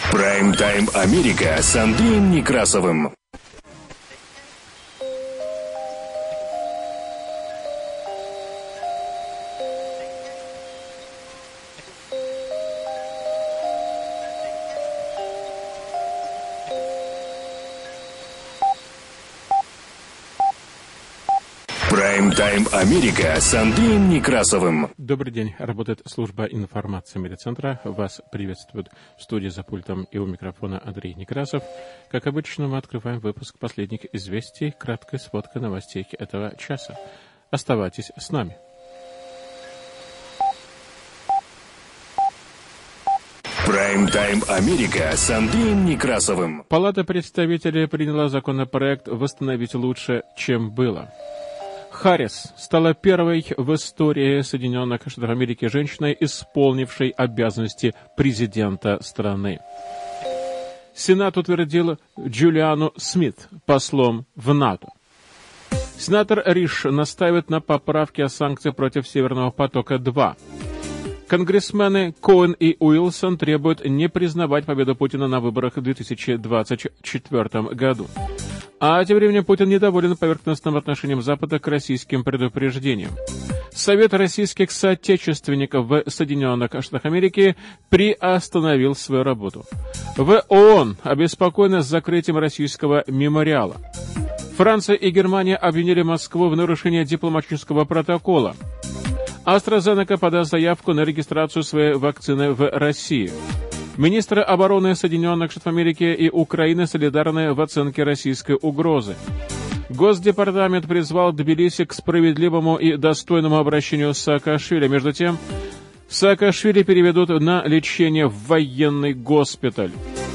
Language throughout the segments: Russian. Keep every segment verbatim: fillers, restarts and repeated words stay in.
Прайм-тайм Америка с Андреем Некрасовым. Прайм-тайм Америка с Андреем Некрасовым. Добрый день. Работает служба информации медиацентра. Вас приветствует в студии за пультом и у микрофона Андрей Некрасов. Как обычно, мы открываем выпуск последних известий, краткая сводка новостей этого часа. Оставайтесь с нами. Прайм-тайм Америка с Андреем Некрасовым. Палата представителей приняла законопроект «Восстановить лучше, чем было». Харрис стала первой в истории Соединенных Штатов Америки женщиной, исполнившей обязанности президента страны. Сенат утвердил Джулиану Смит послом в НАТО. Сенатор Риш настаивает на поправке о санкциях против Северного потока-два. Конгрессмены Коэн и Уилсон требуют не признавать победу Путина на выборах в две тысячи двадцать четвёртом году. А тем временем Путин недоволен поверхностным отношением Запада к российским предупреждениям. Совет российских соотечественников в Соединенных Штатах Америки приостановил свою работу. В ООН обеспокоены закрытием российского мемориала. Франция и Германия обвинили Москву в нарушении дипломатического протокола. AstraZeneca подаст заявку на регистрацию своей вакцины в России. Министры обороны Соединенных Штатов Америки и Украины солидарны в оценке российской угрозы. Госдепартамент призвал Тбилиси к справедливому и достойному обращению с Саакашвили. Между тем, Саакашвили переведут на лечение в военный госпиталь.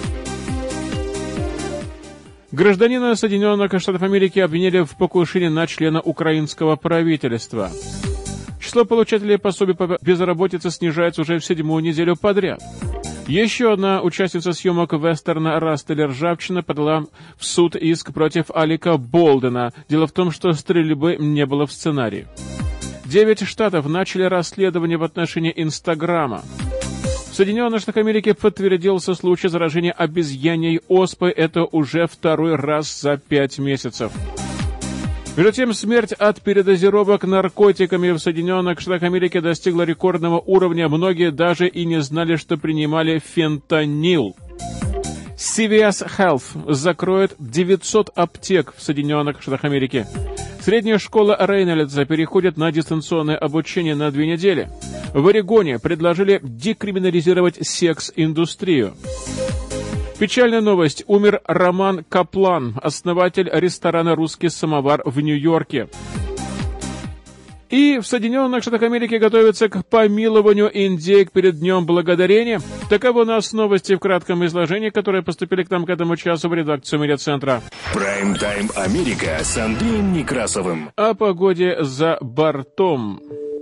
Гражданина Соединенных Штатов Америки обвинили в покушении на члена украинского правительства. Число получателей пособий по безработице снижается уже в седьмую неделю подряд. Еще одна участница съемок вестерна «Растель ржавчина» подала в суд иск против Алика Болдена. Дело в том, что стрельбы не было в сценарии. Девять штатов начали расследование в отношении Инстаграма. В Соединенных Штатах Америки подтвердился случай заражения обезьяньей оспой. Это уже второй раз за пять месяцев. Между тем, смерть от передозировок наркотиками в Соединенных Штатах Америки достигла рекордного уровня. Многие даже и не знали, что принимали фентанил. си ви эс Health закроет девятьсот аптек в Соединенных Штатах Америки. Средняя школа Рейнольдса переходит на дистанционное обучение на две недели. В Орегоне предложили декриминализировать секс-индустрию. Печальная новость. Умер Роман Каплан, основатель ресторана «Русский самовар» в Нью-Йорке. И в Соединенных Штатах Америки готовятся к помилованию индейк перед Днем Благодарения. Таковы у нас новости в кратком изложении, которые поступили к нам к этому часу в редакцию медиацентра. Прайм-тайм Америка с Андреем Некрасовым. О погоде за бортом.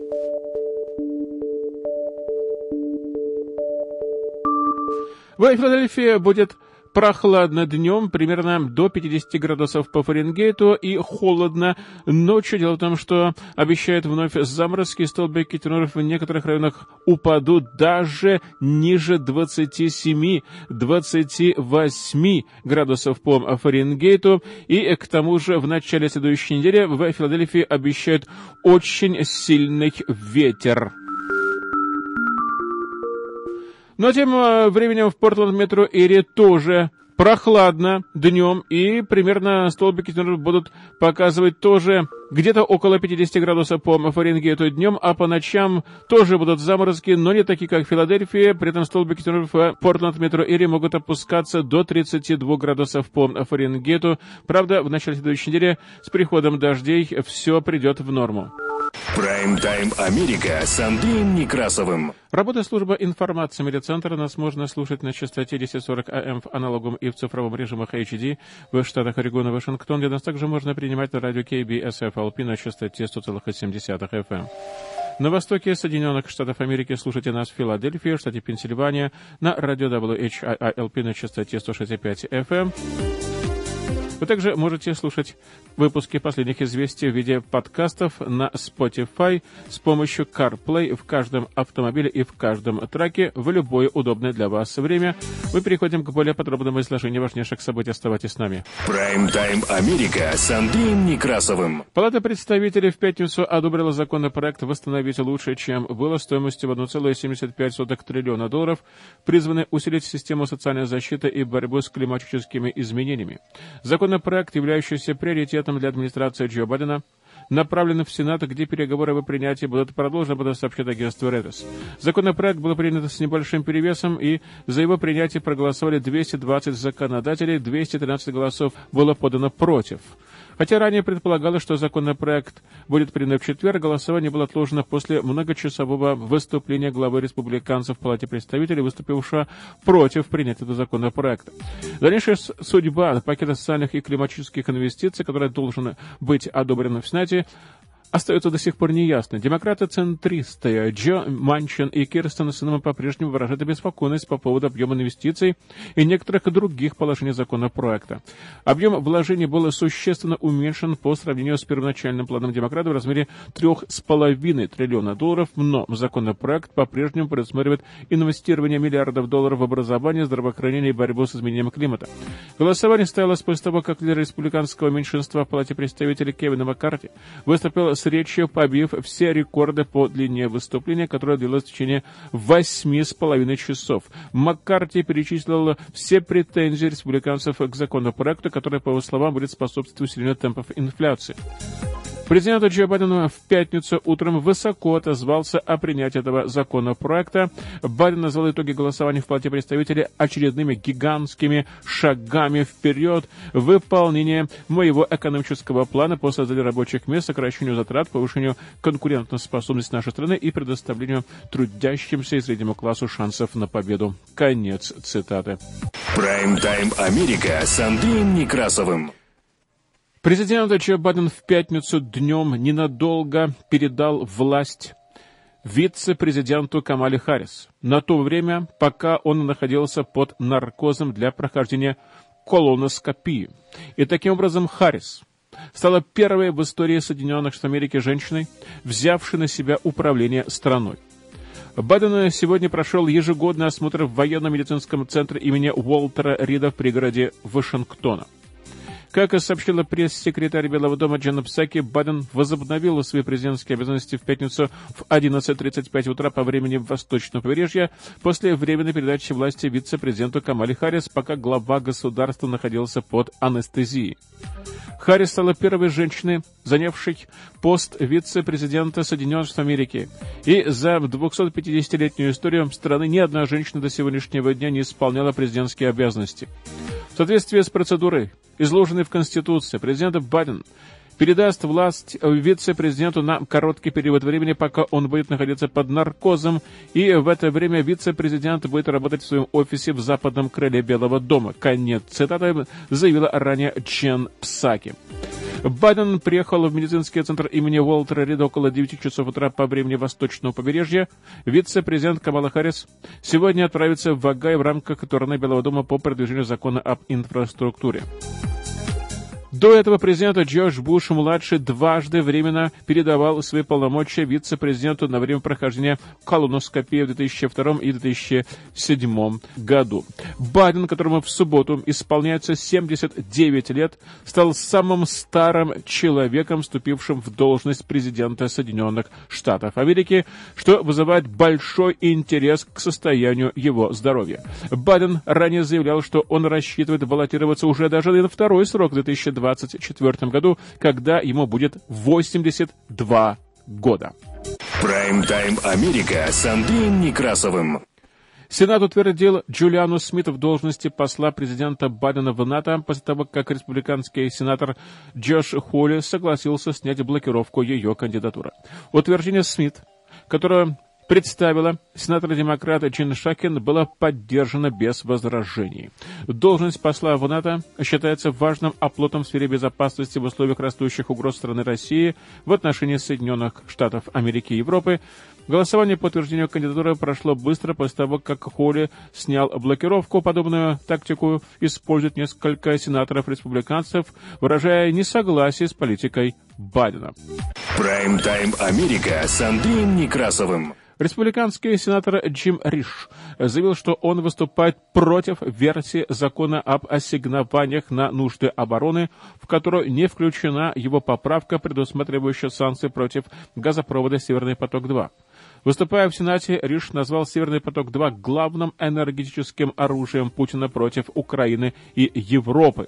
В Филадельфии будет прохладно днем, примерно до пятидесяти градусов по Фаренгейту, и холодно ночью. Дело в том, что обещают вновь заморозки, столбики температур в некоторых районах упадут даже ниже двадцати семи — двадцати восьми градусов по Фаренгейту. И к тому же в начале следующей недели в Филадельфии обещают очень сильный ветер. Но тем временем в Портленд-метро-эре тоже прохладно днем, и примерно столбики будут показывать тоже где-то около пятидесяти градусов по Фаренгейту днем, а по ночам тоже будут заморозки, но не такие, как в Филадельфии. При этом столбики в Портленд-метро-эре могут опускаться до тридцати двух градусов по Фаренгейту. Правда, в начале следующей недели с приходом дождей все придет в норму. Прайм-тайм Америка с Андреем Некрасовым. Работает служба информации медиацентра. Нас можно слушать на частоте десять сорок АМ в аналоговом и в цифровом режимах эйч ди в штатах Орегон и Вашингтон, где нас также можно принимать на радио кей би эс эф эл пи на частоте сто целых семь десятых эф эм. На востоке Соединенных Штатов Америки слушайте нас в Филадельфии, в штате Пенсильвания, на радио дабл ю эйч ай ай эл пи на частоте сто шестьдесят пять эф эм. Вы также можете слушать выпуски последних известий в виде подкастов на Spotify с помощью CarPlay в каждом автомобиле и в каждом траке в любое удобное для вас время. Мы переходим к более подробному изложению важнейших событий. Оставайтесь с нами. Прайм-тайм Америка с Андреем Некрасовым. Палата представителей в пятницу одобрила законопроект «Восстановить лучше, чем было» стоимостью в одна целая семьдесят пять сотых триллиона долларов, призванный усилить систему социальной защиты и борьбу с климатическими изменениями. Законопроект, являющийся приоритетом для администрации Джо Байдена, направлен в Сенат, где переговоры о принятии будут продолжены, об этом сообщит агентство Reuters. Законопроект был принят с небольшим перевесом, и за его принятие проголосовали двести двадцать законодателей, двести тринадцать голосов было подано против. Хотя ранее предполагалось, что законопроект будет принят в четверг, голосование было отложено после многочасового выступления главы республиканцев в Палате представителей, выступившего против принятия этого законопроекта. Дальнейшая судьба пакета социальных и климатических инвестиций, который должен быть одобрен в Сенате, остается до сих пор неясно. Демократы-центристы Джо Манчин и Кирстен Синема по-прежнему выражают обеспокоенность по поводу объема инвестиций и некоторых других положений законопроекта. Объем вложений был существенно уменьшен по сравнению с первоначальным планом демократов в размере трех с половиной триллиона долларов, но законопроект по-прежнему предусматривает инвестирование миллиардов долларов в образование, здравоохранение и борьбу с изменением климата. Голосование состоялось после того, как лидер республиканского меньшинства в Палате представителей Кевин Маккарти выступил с речью, побив все рекорды по длине выступления, которое длилось в течение восьми с половиной часов. Маккарти перечислил все претензии республиканцев к законопроекту, который, по его словам, будет способствовать усилению темпов инфляции. Президент Джо Байден в пятницу утром высоко отозвался о принятии этого законопроекта. Байден назвал итоги голосования в Палате представителей очередными гигантскими шагами вперед в выполнение моего экономического плана по созданию рабочих мест, сокращению затрат, повышению конкурентоспособности нашей страны и предоставлению трудящимся и среднему классу шансов на победу. Конец цитаты. Прайм-тайм Америка с Андреем Некрасовым. Президент Джо Байден в пятницу днем ненадолго передал власть вице-президенту Камале Харрис на то время, пока он находился под наркозом для прохождения колоноскопии. И таким образом Харрис стала первой в истории Соединенных Штатов Америки женщиной, взявшей на себя управление страной. Байден сегодня прошел ежегодный осмотр в военно-медицинском центре имени Уолтера Рида в пригороде Вашингтона. Как и сообщила пресс-секретарь Белого дома Джен Псаки, Байден возобновил свои президентские обязанности в пятницу в одиннадцать тридцать пять утра по времени Восточного побережья после временной передачи власти вице-президенту Камале Харрис, пока глава государства находился под анестезией. Харрис стала первой женщиной, занявшей пост вице-президента Соединенных Штатов Америки. И за двухсотпятидесятилетнюю историю страны ни одна женщина до сегодняшнего дня не исполняла президентские обязанности. В соответствии с процедурой, изложенной в Конституции, президент Байден передаст власть вице-президенту на короткий период времени, пока он будет находиться под наркозом, и в это время вице-президент будет работать в своем офисе в западном крыле Белого дома. Конец цитаты, заявила ранее Джен Псаки. Байден приехал в медицинский центр имени Уолтера Рида около девяти часов утра по времени Восточного побережья. Вице-президент Камала Харрис сегодня отправится в Огайо в рамках турне Белого дома по продвижению закона об инфраструктуре. До этого президент Джордж Буш-младший дважды временно передавал свои полномочия вице-президенту на время прохождения колоноскопии в две тысячи втором и две тысячи седьмом году. Байден, которому в субботу исполняется семьдесят девять лет, стал самым старым человеком, вступившим в должность президента Соединенных Штатов Америки, что вызывает большой интерес к состоянию его здоровья. Байден ранее заявлял, что он рассчитывает баллотироваться уже даже на второй срок в две тысячи двадцать четвёртом году, когда ему будет восемьдесят два года. Прайм-тайм Америка с Андреем Некрасовым. Сенат утвердил Джулиану Смит в должности посла президента Байдена в НАТО после того, как республиканский сенатор Джош Холли согласился снять блокировку ее кандидатуры. Утверждение Смит, которое представила сенатор-демократ Джин Шакин, была поддержана без возражений. Должность посла в НАТО считается важным оплотом в сфере безопасности в условиях растущих угроз страны России в отношении Соединенных Штатов Америки и Европы. Голосование по утверждению кандидатуры прошло быстро после того, как Холли снял блокировку. Подобную тактику используют несколько сенаторов-республиканцев, выражая несогласие с политикой Байдена. Прайм-тайм Америка с Андреем Некрасовым. Республиканский сенатор Джим Риш заявил, что он выступает против версии закона об ассигнованиях на нужды обороны, в которую не включена его поправка, предусматривающая санкции против газопровода «Северный поток-два». Выступая в Сенате, Риш назвал «Северный поток-два» главным энергетическим оружием Путина против Украины и Европы.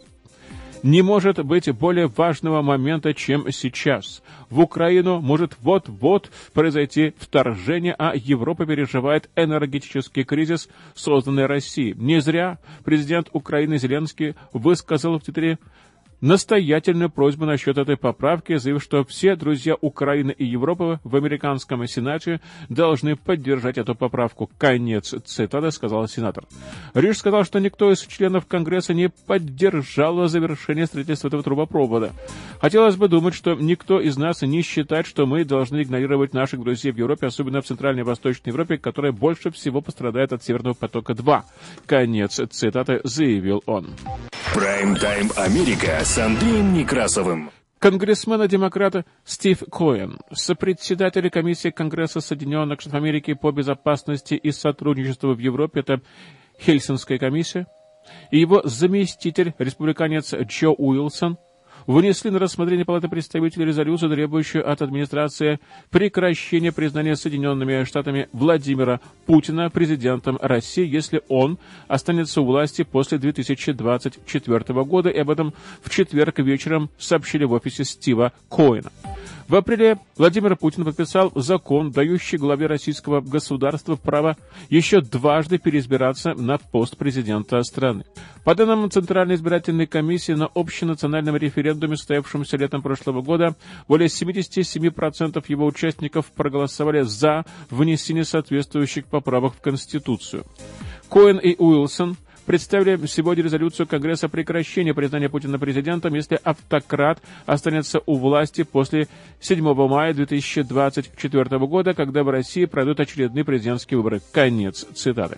Не может быть более важного момента, чем сейчас. В Украину может вот-вот произойти вторжение, а Европа переживает энергетический кризис, созданный Россией. Не зря президент Украины Зеленский высказал в Твиттере настоятельную просьбу насчет этой поправки, заявив, что все друзья Украины и Европы в американском Сенате должны поддержать эту поправку. Конец цитаты, сказал сенатор. Риш сказал, что никто из членов Конгресса не поддержал завершение строительства этого трубопровода. Хотелось бы думать, что никто из нас не считает, что мы должны игнорировать наших друзей в Европе, особенно в Центральной и Восточной Европе, которая больше всего пострадает от Северного потока-два. Конец цитаты, заявил он. Прайм-тайм Америка с Андреем Некрасовым. Конгрессмена-демократа Стив Коэн, сопредседатель комиссии Конгресса Соединенных Штатов Америки по безопасности и сотрудничеству в Европе, это Хельсинская комиссия, и его заместитель, республиканец Джо Уилсон, вынесли на рассмотрение Палаты представителей резолюцию, требующую от администрации прекращения признания Соединенными Штатами Владимира Путина президентом России, если он останется у власти после две тысячи двадцать четвёртого года, и об этом в четверг вечером сообщили в офисе Стива Коэна. В апреле Владимир Путин подписал закон, дающий главе российского государства право еще дважды переизбираться на пост президента страны. По данным Центральной избирательной комиссии, на общенациональном референдуме, состоявшемся летом прошлого года, более семьдесят семь процентов его участников проголосовали за внесение соответствующих поправок в Конституцию. Коэн и Уилсон представили сегодня резолюцию Конгресса о прекращении признания Путина президентом, если автократ останется у власти после седьмого мая две тысячи двадцать четвёртого года, когда в России пройдут очередные президентские выборы. Конец цитаты.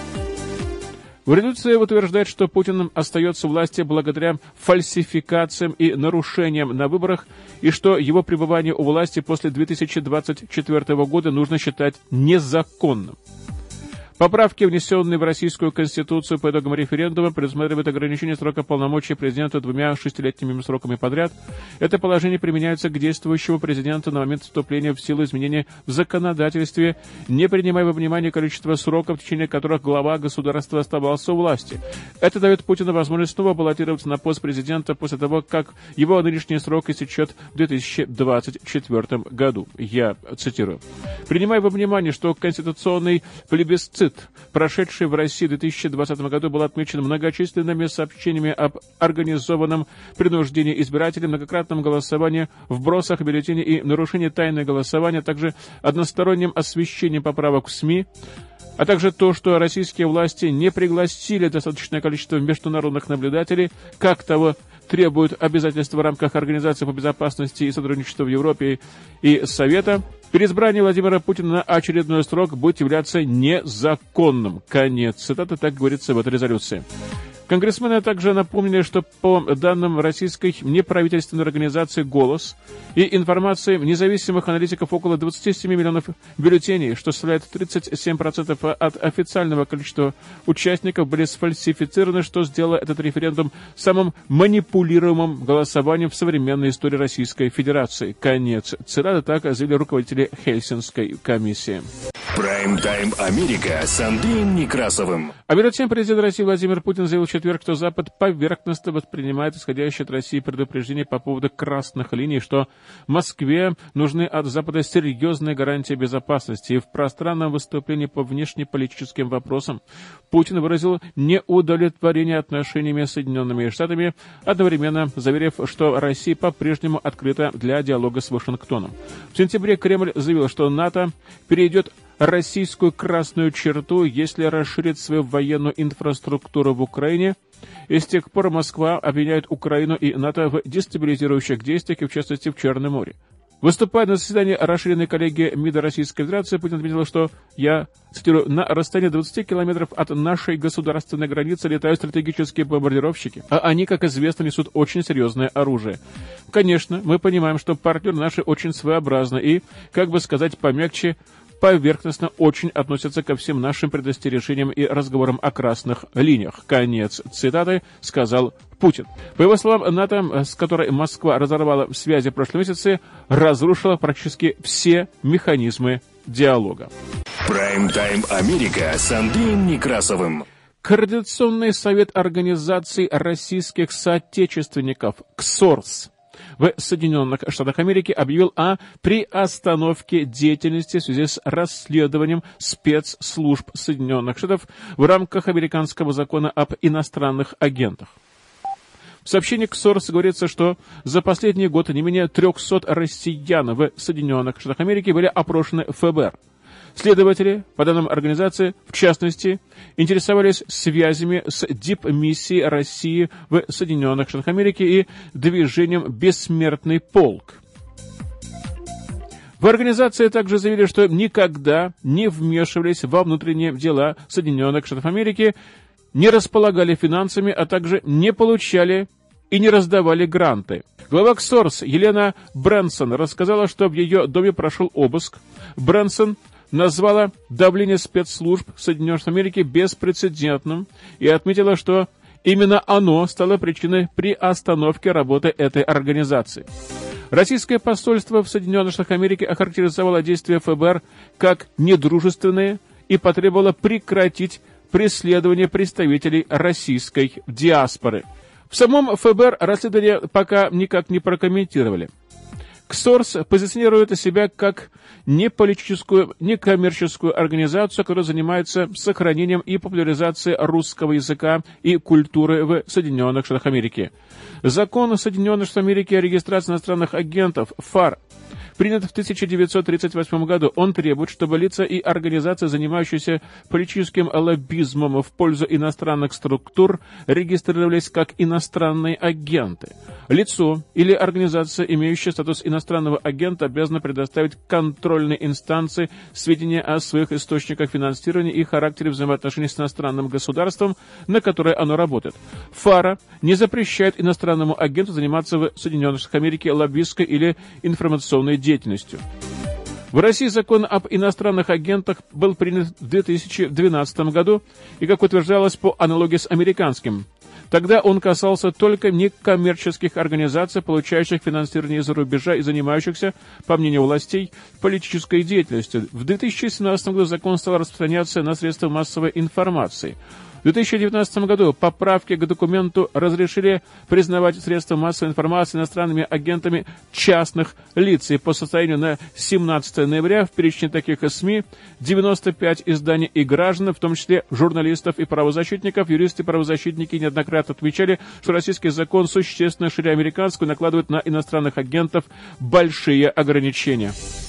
В резолюции утверждает, что Путин остается у власти благодаря фальсификациям и нарушениям на выборах, и что его пребывание у власти после две тысячи двадцать четвёртого года нужно считать незаконным. Поправки, внесенные в Российскую Конституцию по итогам референдума, предусматривают ограничение срока полномочий президента двумя шестилетними сроками подряд. Это положение применяется к действующему президенту на момент вступления в силу изменений в законодательстве, не принимая во внимание количество сроков, в течение которых глава государства оставался у власти. Это дает Путину возможность снова баллотироваться на пост президента после того, как его нынешний срок истечет в две тысячи двадцать четвёртом году. Я цитирую. «Принимая во внимание, что конституционный плебисцит, прошедший в России в две тысячи двадцатом году, был отмечен многочисленными сообщениями об организованном принуждении избирателей, многократном голосовании, вбросах бюллетеней и нарушении тайны голосования, а также односторонним освещением поправок в СМИ, а также то, что российские власти не пригласили достаточное количество международных наблюдателей, как того требуют обязательства в рамках Организации по безопасности и сотрудничеству в Европе и Совета, переизбрание Владимира Путина на очередной срок будет являться незаконным». Конец цитаты, так говорится в этой резолюции. Конгрессмены также напомнили, что по данным российской неправительственной организации «Голос» и информации независимых аналитиков, около двадцати семи миллионов бюллетеней, что составляет тридцать семь процентов от официального количества участников, были сфальсифицированы, что сделало этот референдум самым манипулируемым голосованием в современной истории Российской Федерации. Конец цитаты, так заявили руководители Хельсинской комиссии. Прайм-тайм Америка с Андреем Некрасовым. А между тем президент России Владимир Путин заявил в четверг, что Запад поверхностно воспринимает исходящее от России предупреждение по поводу красных линий, что Москве нужны от Запада серьезные гарантии безопасности. И в пространном выступлении по внешнеполитическим вопросам Путин выразил неудовлетворение отношениями с Соединенными Штатами, одновременно заверив, что Россия по-прежнему открыта для диалога с Вашингтоном. В сентябре Кремль заявил, что НАТО перейдет российскую красную черту, если расширит свою военную инфраструктуру в Украине. И с тех пор Москва обвиняет Украину и НАТО в дестабилизирующих действиях, и в частности в Черном море. Выступая на заседании расширенной коллегии МИДа Российской Федерации, Путин отметил, что, я цитирую, «на расстоянии двадцати километров от нашей государственной границы летают стратегические бомбардировщики, а они, как известно, несут очень серьезное оружие. Конечно, мы понимаем, что партнеры наши очень своеобразны и, как бы сказать помягче, поверхностно очень относятся ко всем нашим предостережениям и разговорам о красных линиях». Конец цитаты, сказал Путин. По его словам, НАТО, с которой Москва разорвала связи в прошлом месяце, разрушила практически все механизмы диалога. Прайм-тайм Америка с Андреем Некрасовым. Координационный совет организаций российских соотечественников КСОРС в Соединенных Штатах Америки объявил о приостановке деятельности в связи с расследованием спецслужб Соединенных Штатов в рамках американского закона об иностранных агентах. В сообщении КСОРС говорится, что за последний год не менее трехсот россиян в Соединенных Штатах Америки были опрошены ФБР. Следователи, по данным организации, в частности, интересовались связями с дипмиссией России в Соединенных Штатах Америки и движением «Бессмертный полк». В организации также заявили, что никогда не вмешивались во внутренние дела Соединенных Штатов Америки, не располагали финансами, а также не получали и не раздавали гранты. Глава КСОРС Елена Брэнсон рассказала, что в ее доме прошел обыск. Брэнсон назвала давление спецслужб Соединенных Штатов Америки беспрецедентным и отметила, что именно оно стало причиной приостановки работы этой организации. Российское посольство в Соединенных Штатах Америки охарактеризовало действия ФБР как недружественные и потребовало прекратить преследование представителей российской диаспоры. В самом ФБР расследование пока никак не прокомментировали. КСОРС позиционирует себя как неполитическую, некоммерческую организацию, которая занимается сохранением и популяризацией русского языка и культуры в Соединенных Штатах Америки. Закон Соединенных Штатов Америки о регистрации иностранных агентов ФАР принят в тысяча девятьсот тридцать восьмом году. Он требует, чтобы лица и организации, занимающиеся политическим лоббизмом в пользу иностранных структур, регистрировались как иностранные агенты. Лицо или организация, имеющая статус иностранного агента, обязана предоставить контрольной инстанции сведения о своих источниках финансирования и характере взаимоотношений с иностранным государством, на которое оно работает. ФАРа не запрещает иностранному агенту заниматься в Соединенных Штатах Америки лоббистской или информационной деятельностью. В России закон об иностранных агентах был принят в две тысячи двенадцатом году и, как утверждалось, по аналогии с американским. Тогда он касался только некоммерческих организаций, получающих финансирование из-за рубежа и занимающихся, по мнению властей, политической деятельностью. В две тысячи семнадцатом году закон стал распространяться на средства массовой информации. В две тысячи девятнадцатом году поправки к документу разрешили признавать средства массовой информации иностранными агентами частных лиц. И по состоянию на семнадцатое ноября в перечне таких СМИ девяносто пять изданий и граждан, в том числе журналистов и правозащитников. Юристы и правозащитники неоднократно отмечали, что российский закон, существенно шире американского, накладывает на иностранных агентов большие ограничения.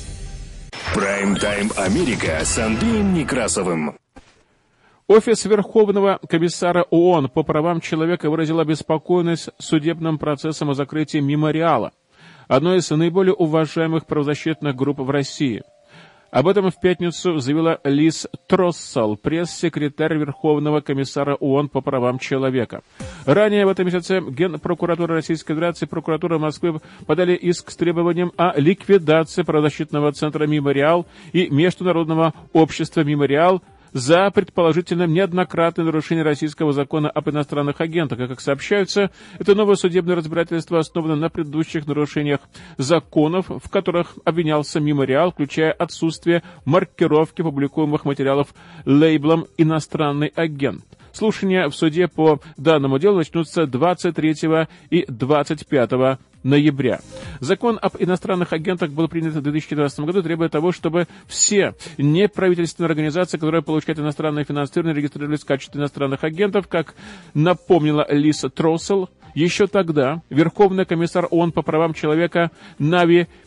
Прайм-тайм Америка с Андреем Некрасовым. Офис Верховного комиссара ООН по правам человека выразил обеспокоенность судебным процессом о закрытии мемориала, одной из наиболее уважаемых правозащитных групп в России. Об этом в пятницу заявила Лиз Троссел, пресс-секретарь Верховного комиссара ООН по правам человека. Ранее в этом месяце Генпрокуратура Российской Федерации и прокуратура Москвы подали иск с требованием о ликвидации правозащитного центра «Мемориал» и Международного общества «Мемориал» за предположительно неоднократное нарушение российского закона об иностранных агентах. И, как сообщается, это новое судебное разбирательство основано на предыдущих нарушениях законов, в которых обвинялся «Мемориал», включая отсутствие маркировки публикуемых материалов лейблом «Иностранный агент». Слушания в суде по данному делу начнутся двадцать третьего и двадцать пятого ноября. Закон об иностранных агентах был принят в две тысячи двадцатом году, требуя того, чтобы все неправительственные организации, которые получают иностранное финансирование, регистрировались в качестве иностранных агентов. Как напомнила Лиз Троссел, еще тогда Верховный комиссар ООН по правам человека Нави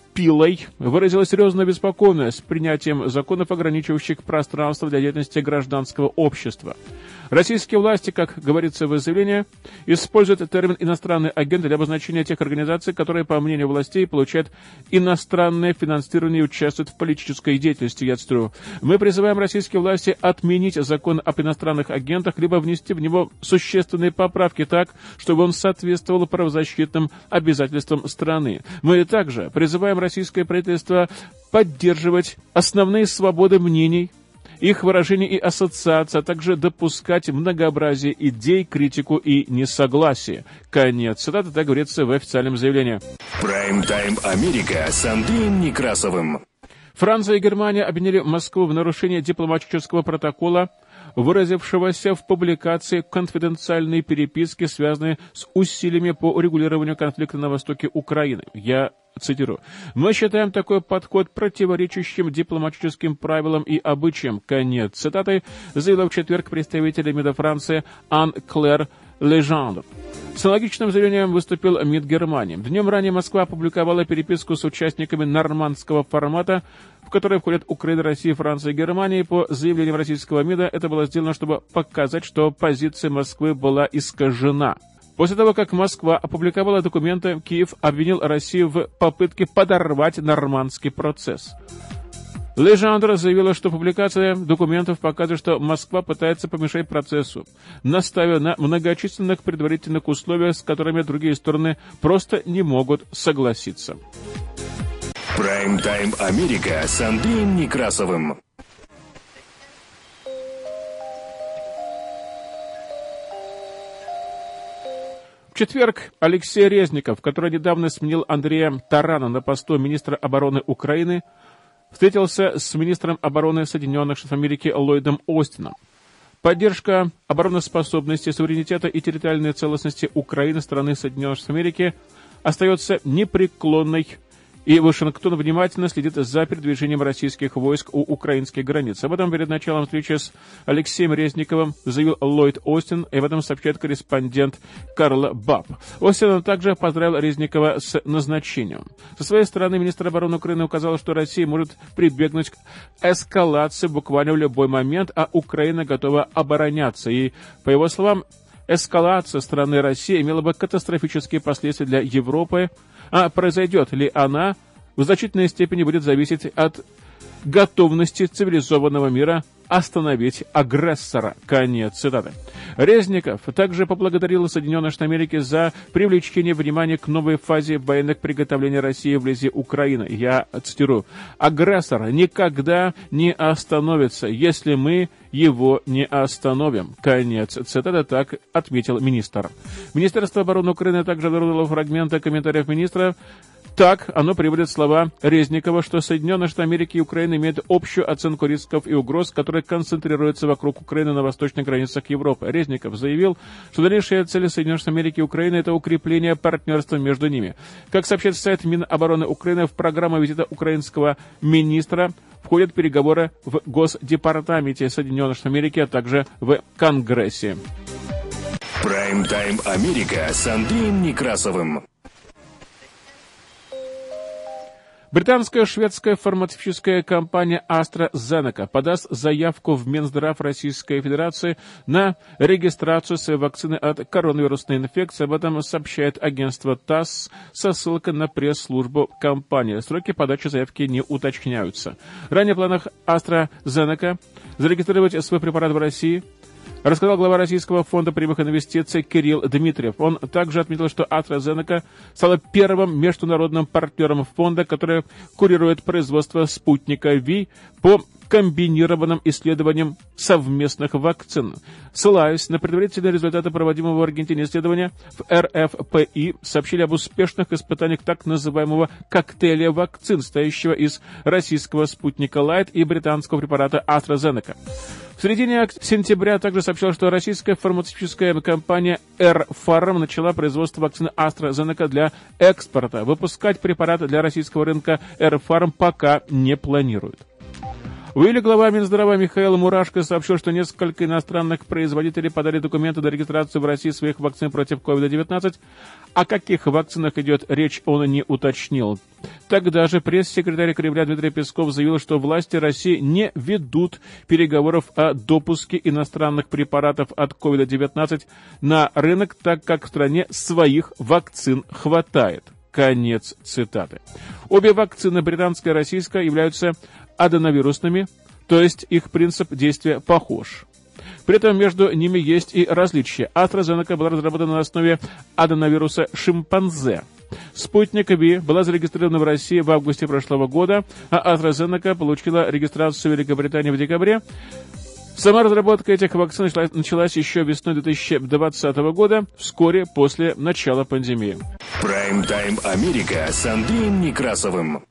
Пилой выразила серьезную обеспокоенность принятием законов, ограничивающих пространство для деятельности гражданского общества. Российские власти, как говорится в заявлении, используют термин «иностранный агент» для обозначения тех организаций, которые, по мнению властей, получают иностранное финансирование и участвуют в политической деятельности. Я цитирую: «Мы призываем российские власти отменить закон об иностранных агентах, либо внести в него существенные поправки так, чтобы он соответствовал правозащитным обязательствам страны. Мы также призываем российское правительство поддерживать основные свободы мнений, их выражение и ассоциация, а также допускать многообразие идей, критику и несогласие». Конец цитаты, так говорится в официальном заявлении. Прайм-тайм Америка с Андреем Некрасовым. Франция и Германия обвинили Москву в нарушении дипломатического протокола, выразившегося в публикации конфиденциальной переписки, связанной с усилиями по урегулированию конфликта на востоке Украины. Я цитирую: «Мы считаем такой подход противоречащим дипломатическим правилам и обычаям». Конец цитаты, заявила в четверг представитель МИДа Франции Ан-Клэр Лежандр. С аналогичным заявлением выступил МИД Германии. Днем ранее Москва опубликовала переписку с участниками нормандского формата, в который входят Украина, Россия, Франция и Германия. По заявлениям российского МИДа это было сделано, чтобы показать, что позиция Москвы была искажена. После того, как Москва опубликовала документы, Киев обвинил Россию в попытке подорвать нормандский процесс. Лежандра заявила, что публикация документов показывает, что Москва пытается помешать процессу, наставив на многочисленных предварительных условиях, с которыми другие стороны просто не могут согласиться. Прайм-тайм Америка с Андреем Некрасовым. В четверг Алексей Резников, который недавно сменил Андрея Тарана на посту министра обороны Украины, встретился с министром обороны Соединенных Штатов Америки Ллойдом Остином. Поддержка обороноспособности, суверенитета и территориальной целостности Украины, страны Соединенных Штатов Америки, остается непреклонной, и Вашингтон внимательно следит за передвижением российских войск у украинских границ. Об этом перед началом встречи с Алексеем Резниковым заявил Ллойд Остин, и об этом сообщает корреспондент Карл Баб. Остин также поздравил Резникова с назначением. Со своей стороны, министр обороны Украины указал, что Россия может прибегнуть к эскалации буквально в любой момент, а Украина готова обороняться. И, по его словам, эскалация страны России имела бы катастрофические последствия для Европы, а произойдет ли она, в значительной степени будет зависеть от готовности цивилизованного мира остановить агрессора. Конец цитаты. Резников также поблагодарил Соединенные Штаты Америки за привлечение внимания к новой фазе военных приготовлений России вблизи Украины. Я цитирую: «Агрессор никогда не остановится, если мы его не остановим». Конец цитаты, так отметил министр. Министерство обороны Украины также обнародовало фрагменты комментариев министра. Так, оно приводит слова Резникова, что Соединенные Штаты Америки и Украина имеют общую оценку рисков и угроз, которые концентрируются вокруг Украины на восточных границах Европы. Резников заявил, что дальнейшая цель Соединенных Штатов Америки и Украины – это укрепление партнерства между ними. Как сообщает сайт Минобороны Украины, в программу визита украинского министра входят переговоры в Госдепартаменте Соединенных Штатов Америки, а также в Конгрессе. Прайм-тайм Америка с Андреем Некрасовым. Британская шведская фармацевтическая компания AstraZeneca подаст заявку в Минздрав Российской Федерации на регистрацию своей вакцины от коронавирусной инфекции. Об этом сообщает агентство ТАСС со ссылкой на пресс-службу компании. Сроки подачи заявки не уточняются. Ранее в планах AstraZeneca зарегистрировать свой препарат в России рассказал глава Российского фонда прямых инвестиций Кирилл Дмитриев. Он также отметил, что AstraZeneca стала первым международным партнером фонда, который курирует производство спутника Ви по комбинированным исследованиям совместных вакцин. Ссылаясь на предварительные результаты проводимого в Аргентине исследования, в эр эф пэ и сообщили об успешных испытаниях так называемого коктейля вакцин, состоящего из российского спутника Лайт и британского препарата AstraZeneca. В середине сентября также сообщил, что российская фармацевтическая компания Эр-Фарм начала производство вакцины AstraZeneca для экспорта. Выпускать препараты для российского рынка Эр-Фарм пока не планирует. В июле глава Минздрава Михаил Мурашко сообщил, что несколько иностранных производителей подали документы на регистрацию в России своих вакцин против ковид девятнадцать. О каких вакцинах идет речь, он не уточнил. Тогда же пресс-секретарь Кремля Дмитрий Песков заявил, что власти России не ведут переговоров о допуске иностранных препаратов от ковид девятнадцать на рынок, так как в стране своих вакцин хватает. Конец цитаты. Обе вакцины, британская и российская, являются аденовирусными, то есть их принцип действия похож. При этом между ними есть и различия. AstraZeneca была разработана на основе аденовируса шимпанзе. Спутник Ви была зарегистрирована в России в августе прошлого года, а AstraZeneca получила регистрацию в Великобритании в декабре. Сама разработка этих вакцин началась еще весной две тысячи двадцатого года, вскоре после начала пандемии. Прайм-тайм Америка с Андреем Некрасовым.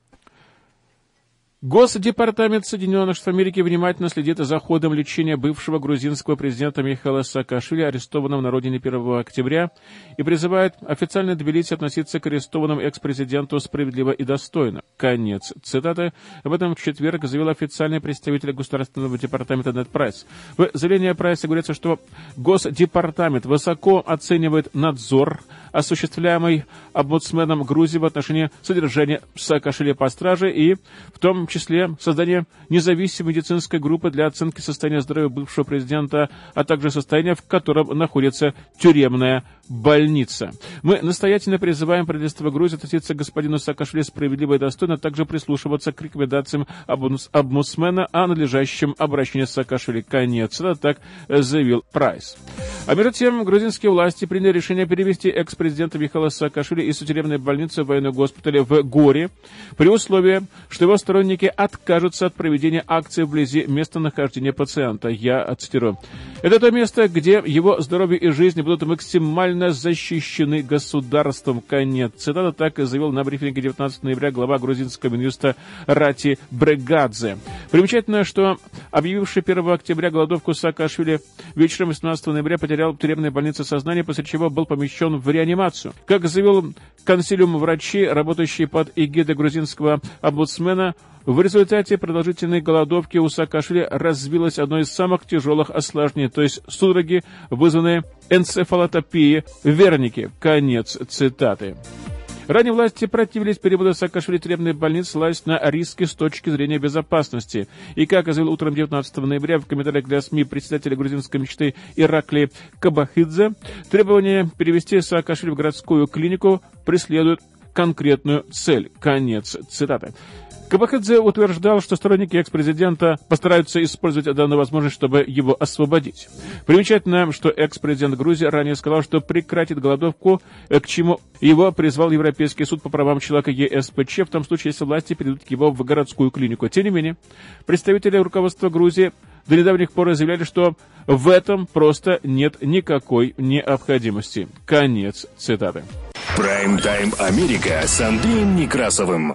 Госдепартамент Соединенных Штатов Америки внимательно следит за ходом лечения бывшего грузинского президента Михаила Саакашвили, арестованного на родине первого октября, и призывает официально Тбилиси относиться к арестованному экс-президенту справедливо и достойно. Конец цитаты. Об этом в четверг заявил официальный представитель Государственного департамента Нед Прайс. В заявлении Прайса говорится, что Госдепартамент высоко оценивает надзор, осуществляемый омбудсменом Грузии в отношении содержания Саакашвили по страже, и в том числе создание независимой медицинской группы для оценки состояния здоровья бывшего президента, а также состояния, в котором находится тюремная больница. Мы настоятельно призываем правительство Грузии относиться к господину Саакашвили справедливо и достойно, а также прислушиваться к рекомендациям омбудсмена о надлежащем обращении с Саакашвили. Конец. Это так заявил Прайс. А между тем, грузинские власти приняли решение перевести экс-президента Михаила Саакашвили из тюремной больницы в военную госпиталь в Горе, при условии, что его сторонники откажутся от проведения акции вблизи местонахождения пациента. Я цитирую. Это то место, где его здоровье и жизнь будут максимально защищены государством. Конец. Цитата так и заявил на брифинге девятнадцатого ноября глава грузинского Минюста Рати Брегадзе. Примечательно, что объявивший первого октября голодовку Саакашвили вечером восемнадцатого ноября потерял в тюремной больнице сознание, после чего был помещен в реанимацию. Как заявил консилиум врачей, работающий под эгидой грузинского омбудсмена, в результате продолжительной голодовки у Саакашвили развилось одно из самых тяжелых осложнений, то есть судороги, вызванные энцефалотопией Верники. Конец цитаты. Ранее власти противились переводу Саакашвили в тюремной больницы, ссылаясь на риски с точки зрения безопасности. И, как заявил утром девятнадцатого ноября в комментариях для СМИ председателя грузинской мечты Иракли Кабахидзе, требование перевести Саакашвили в городскую клинику преследует конкретную цель. Конец цитаты. Кабахидзе утверждал, что сторонники экс-президента постараются использовать данную возможность, чтобы его освободить. Примечательно, что экс-президент Грузии ранее сказал, что прекратит голодовку, к чему его призвал Европейский суд по правам человека ЕСПЧ, в том случае, если власти переведут его в городскую клинику. Тем не менее, представители руководства Грузии до недавних пор заявляли, что в этом просто нет никакой необходимости. Конец цитаты. Прайм-тайм Америка с Андреем Некрасовым.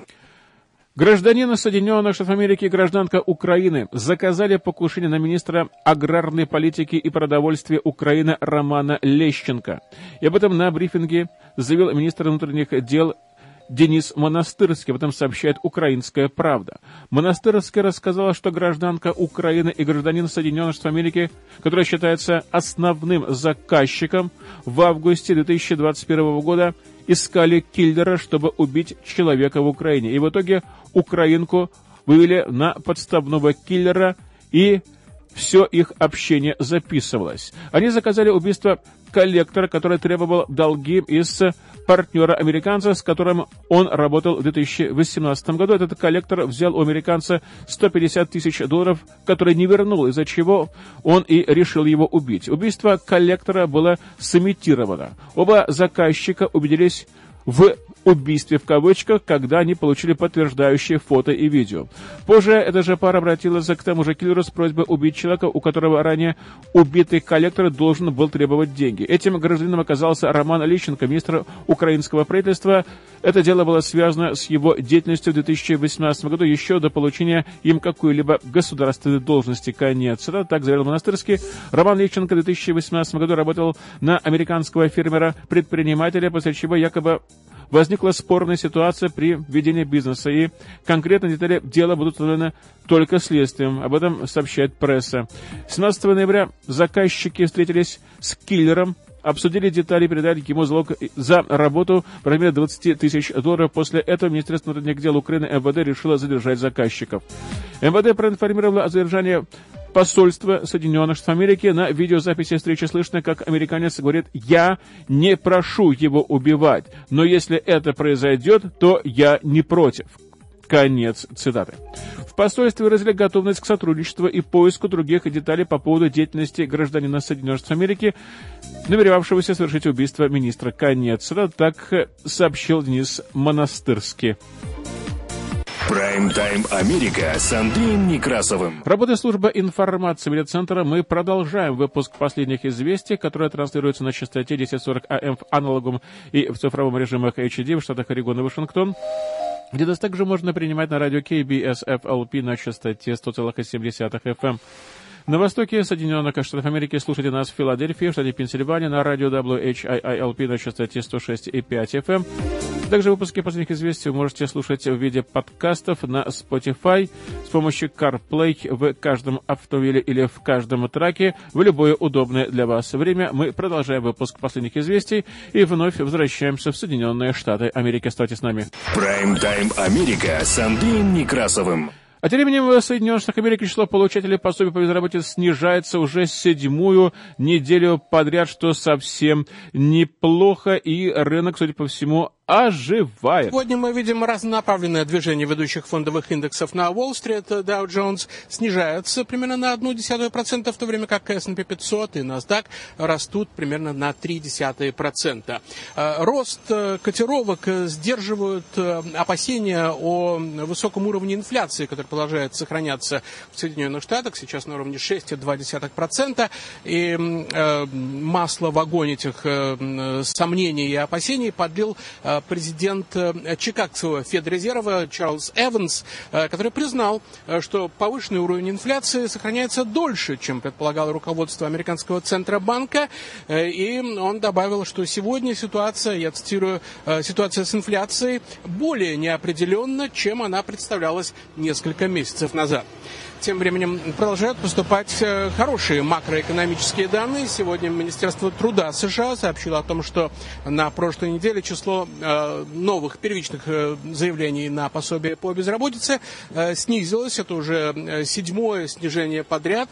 Гражданин Соединенных Штатов Америки и гражданка Украины заказали покушение на министра аграрной политики и продовольствия Украины Романа Лещенко. И об этом на брифинге заявил министр внутренних дел Денис Монастырский, об этом сообщает «Украинская правда». Монастырский рассказала, что гражданка Украины и гражданин Соединенных Штатов Америки, который считается основным заказчиком, в августе две тысячи двадцать первого года искали киллера, чтобы убить человека в Украине. И в итоге украинку вывели на подставного киллера, и все их общение записывалось. Они заказали убийство коллектора, который требовал долги из партнера американца, с которым он работал в две тысячи восемнадцатом году. Этот коллектор взял у американца сто пятьдесят тысяч долларов, которые не вернул, из-за чего он и решил его убить. Убийство коллектора было сымитировано. Оба заказчика убедились в убийстве в кавычках, когда они получили подтверждающие фото и видео. Позже эта же пара обратилась к тому же киллеру с просьбой убить человека, у которого ранее убитый коллектор должен был требовать деньги. Этим гражданином оказался Роман Лещенко, министр украинского правительства. Это дело было связано с его деятельностью в две тысячи восемнадцатом году, еще до получения им какой-либо государственной должности. Конец. Это так заявил Монастырский. Роман Лещенко в две тысячи восемнадцатом году работал на американского фермера-предпринимателя, после чего якобы возникла спорная ситуация при ведении бизнеса, и конкретные детали дела будут установлены только следствием. Об этом сообщает пресса. семнадцатого ноября заказчики встретились с киллером, обсудили детали и передали ему залог за работу в размере двадцать тысяч долларов. После этого Министерство внутренних дел Украины эм вэ дэ решило задержать заказчиков. эм вэ дэ проинформировало о задержании посольства Соединенных Штатов Америки. На видеозаписи встречи слышно, как американец говорит: «Я не прошу его убивать, но если это произойдет, то я не против». Конец цитаты. В посольстве выразили готовность к сотрудничеству и поиску других деталей по поводу деятельности гражданина Соединенных Штатов Америки, намеревавшегося совершить убийство министра. Конец цитаты. Так сообщил Денис Монастырский. Прайм-тайм Америка с Андреем Некрасовым. Работает служба информации медиацентра. Мы продолжаем выпуск последних известий, которые транслируются на частоте десять сорок эй эм в аналоговом и в цифровом режимах эйч ди в штатах Орегон и Вашингтон, где нас также можно принимать на радио кей би эс эф эл пи на частоте сто целых семь десятых эф эм. На востоке Соединенных Штатов Америки слушайте нас в Филадельфии, в штате Пенсильвания, на радио дабл ю эйч ай ай эл пи на частоте сто шесть и пять эф эм. Также выпуски последних известий вы можете слушать в виде подкастов на Spotify с помощью CarPlay в каждом автомобиле или в каждом траке в любое удобное для вас время. Мы продолжаем выпуск последних известий и вновь возвращаемся в Соединенные Штаты Америки. Оставайтесь с нами. Прайм-тайм Америка с Андреем Некрасовым. А тем временем в Соединенных Штатах Америки число получателей пособий по безработице снижается уже седьмую неделю подряд, что совсем неплохо, и рынок, судя по всему, оживает. Сегодня мы видим разнонаправленное движение ведущих фондовых индексов на Уолл-стрит. Dow Jones снижается примерно на одну десятую процента, в то время как эс энд пи пятьсот и NASDAQ растут примерно на три десятых процента. Рост котировок сдерживают опасения о высоком уровне инфляции, который продолжает сохраняться в Соединенных Штатах, сейчас на уровне шесть целых две десятых процента. И масло в огонь этих сомнений и опасений подлил президент Чикагского Федрезерва Чарльз Эванс, который признал, что повышенный уровень инфляции сохраняется дольше, чем предполагало руководство американского Центробанка. И он добавил, что сегодня ситуация, я цитирую, ситуация с инфляцией более неопределенна, чем она представлялась несколько месяцев назад. Тем временем продолжают поступать хорошие макроэкономические данные. Сегодня Министерство труда США сообщило о том, что на прошлой неделе число новых первичных заявлений на пособие по безработице снизилось. Это уже седьмое снижение подряд.